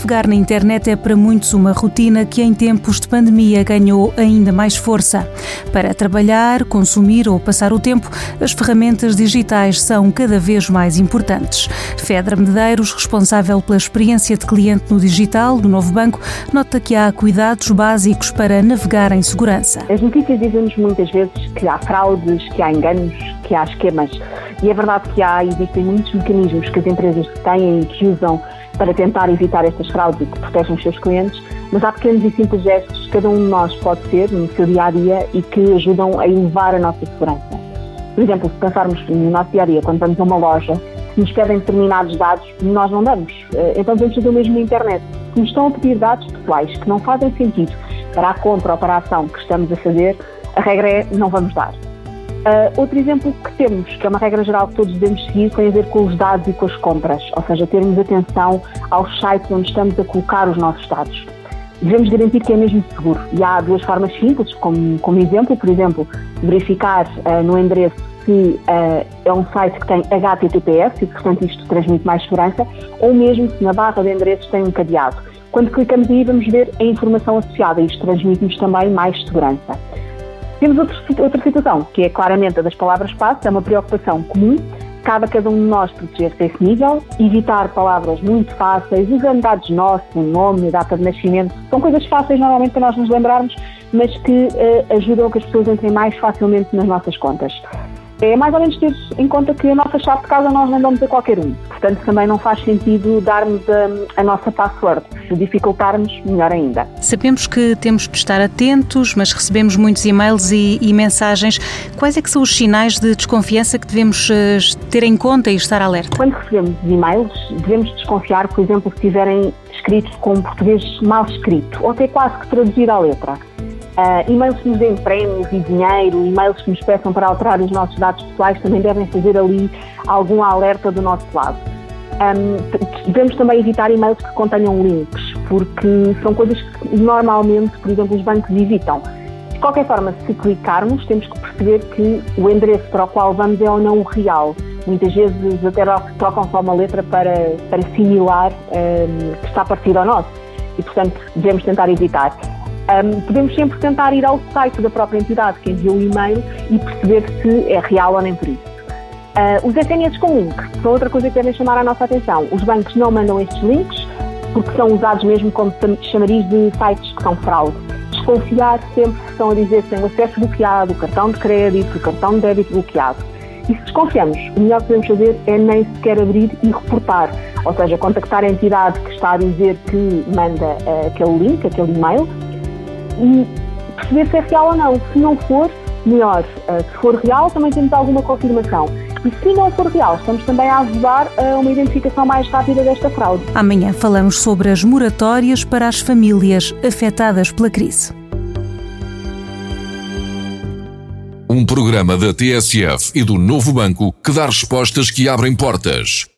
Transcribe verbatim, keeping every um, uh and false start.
Navegar na internet é para muitos uma rotina que em tempos de pandemia ganhou ainda mais força. Para trabalhar, consumir ou passar o tempo, as ferramentas digitais são cada vez mais importantes. Fedra Medeiros, responsável pela experiência de cliente no digital do Novo Banco, nota que há cuidados básicos para navegar em segurança. As notícias dizem-nos muitas vezes que há fraudes, que há enganos, que há esquemas. E é verdade que há, existem muitos mecanismos que as empresas têm e que usam para tentar evitar estas fraudes e que protegem os seus clientes, mas há pequenos e simples gestos que cada um de nós pode ter no seu dia-a-dia e que ajudam a elevar a nossa segurança. Por exemplo, se pensarmos no nosso dia-a-dia, quando vamos a uma loja, se nos pedem determinados dados, nós não damos. Então devemos fazer o mesmo na internet. Se nos estão a pedir dados pessoais que não fazem sentido para a compra ou para a ação que estamos a fazer, a regra é não vamos dar. Uh, outro exemplo que temos, que é uma regra geral que todos devemos seguir, tem a ver com os dados e com as compras, ou seja, termos atenção aos sites onde estamos a colocar os nossos dados. Devemos garantir que é mesmo seguro. E há duas formas simples, como, como exemplo, por exemplo, verificar uh, no endereço se uh, é um site que tem H T T P S e, portanto, isto transmite mais segurança, ou mesmo se na barra de endereços tem um cadeado. Quando clicamos aí, vamos ver a informação associada e isto transmite-nos também mais segurança. Temos outro, outra situação, que é claramente a das palavras-passe, é uma preocupação comum. Cabe a cada um de nós proteger-se a esse nível, evitar palavras muito fáceis, usando dados nossos, um nome, data de nascimento. São coisas fáceis normalmente para nós nos lembrarmos, mas que uh, ajudam a que as pessoas entrem mais facilmente nas nossas contas. É mais ou menos ter em conta que a nossa chave de casa nós não damos a qualquer um. Portanto, também não faz sentido darmos a, a nossa password. Se dificultarmos, melhor ainda. Sabemos que temos de estar atentos, mas recebemos muitos e-mails e, e mensagens. Quais é que são os sinais de desconfiança que devemos uh, ter em conta e estar alerta? Quando recebemos e-mails, devemos desconfiar, por exemplo, se estiverem escritos com um português mal escrito, ou até quase que traduzido à letra. Uh, e-mails que nos deem prémios e dinheiro, e-mails que nos peçam para alterar os nossos dados pessoais também devem fazer ali algum alerta do nosso lado. Um, devemos também evitar e-mails que contenham links, porque são coisas que normalmente, por exemplo, os bancos evitam. De qualquer forma, se clicarmos, temos que perceber que o endereço para o qual vamos é ou não o real. Muitas vezes até trocam só uma letra para, para simular um, que está parecido ao nosso e, portanto, devemos tentar evitar. Um, podemos sempre tentar ir ao site da própria entidade que enviou o e-mail e perceber se é real ou nem por isso. Uh, os S M S com link são outra coisa que devem chamar a nossa atenção. Os bancos não mandam estes links porque são usados mesmo como chamariz de sites que são fraude. Desconfiar sempre que estão a dizer que têm o acesso bloqueado, o cartão de crédito, o cartão de débito bloqueado. E se desconfiamos, o melhor que podemos fazer é nem sequer abrir e reportar. Ou seja, contactar a entidade que está a dizer que manda uh, aquele link, aquele e-mail, e perceber se é real ou não. Se não for, melhor. Uh, se for real, também temos alguma confirmação. E se não for real, estamos também a ajudar a uma identificação mais rápida desta fraude. Amanhã falamos sobre as moratórias para as famílias afetadas pela crise. Um programa da T S F e do Novo Banco que dá respostas que abrem portas.